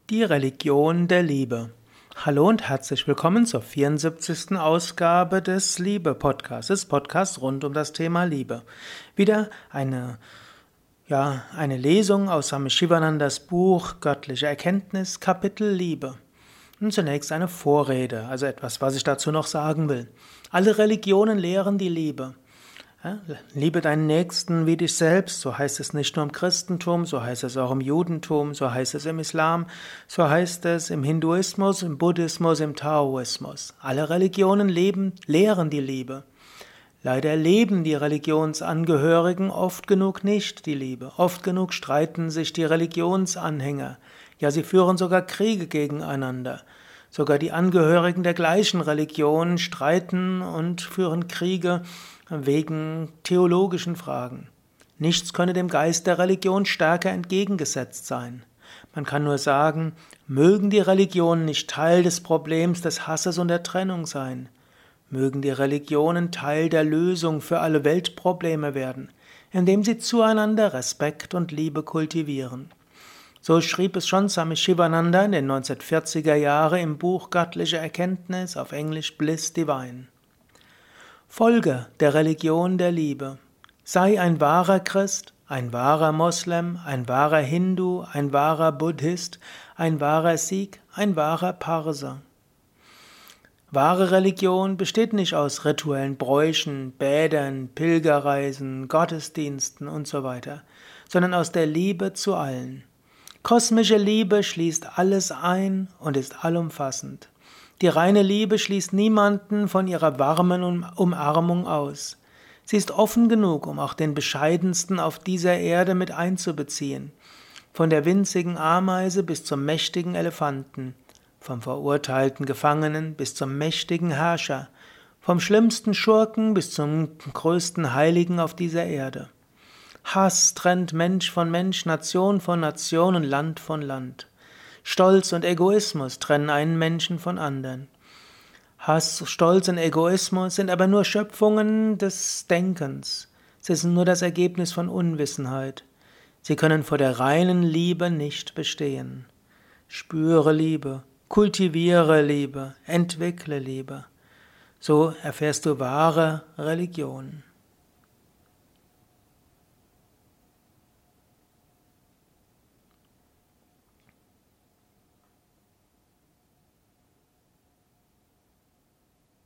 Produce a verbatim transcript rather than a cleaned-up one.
Die Religion der Liebe. Hallo und herzlich willkommen zur vierundsiebzigsten Ausgabe des Liebe-Podcasts, des Podcasts rund um das Thema Liebe. Wieder eine, ja, eine Lesung aus Swami Shivanandas Buch Göttliche Erkenntnis, Kapitel Liebe. Und zunächst eine Vorrede, also etwas, was ich dazu noch sagen will. Alle Religionen lehren die Liebe. Ja, liebe deinen Nächsten wie dich selbst, so heißt es nicht nur im Christentum, so heißt es auch im Judentum, so heißt es im Islam, so heißt es im Hinduismus, im Buddhismus, im Taoismus. Alle Religionen leben, lehren die Liebe. Leider leben die Religionsangehörigen oft genug nicht die Liebe. Oft genug streiten sich die Religionsanhänger. Ja, sie führen sogar Kriege gegeneinander. Sogar die Angehörigen der gleichen Religion streiten und führen Kriege wegen theologischen Fragen. Nichts könne dem Geist der Religion stärker entgegengesetzt sein. Man kann nur sagen, mögen die Religionen nicht Teil des Problems des Hasses und der Trennung sein. Mögen die Religionen Teil der Lösung für alle Weltprobleme werden, indem sie zueinander Respekt und Liebe kultivieren. So schrieb es schon Swami Shivananda in den neunzehnhundertvierziger Jahren im Buch Göttliche Erkenntnis, auf Englisch Bliss Divine. Folge der Religion der Liebe. Sei ein wahrer Christ, ein wahrer Moslem, ein wahrer Hindu, ein wahrer Buddhist, ein wahrer Sikh, ein wahrer Parser. Wahre Religion besteht nicht aus rituellen Bräuchen, Bädern, Pilgerreisen, Gottesdiensten und so weiter, sondern aus der Liebe zu allen. Kosmische Liebe schließt alles ein und ist allumfassend. Die reine Liebe schließt niemanden von ihrer warmen Umarmung aus. Sie ist offen genug, um auch den Bescheidensten auf dieser Erde mit einzubeziehen. Von der winzigen Ameise bis zum mächtigen Elefanten, vom verurteilten Gefangenen bis zum mächtigen Herrscher, vom schlimmsten Schurken bis zum größten Heiligen auf dieser Erde. Hass trennt Mensch von Mensch, Nation von Nation und Land von Land. Stolz und Egoismus trennen einen Menschen von anderen. Hass, Stolz und Egoismus sind aber nur Schöpfungen des Denkens. Sie sind nur das Ergebnis von Unwissenheit. Sie können vor der reinen Liebe nicht bestehen. Spüre Liebe, kultiviere Liebe, entwickle Liebe. So erfährst du wahre Religion.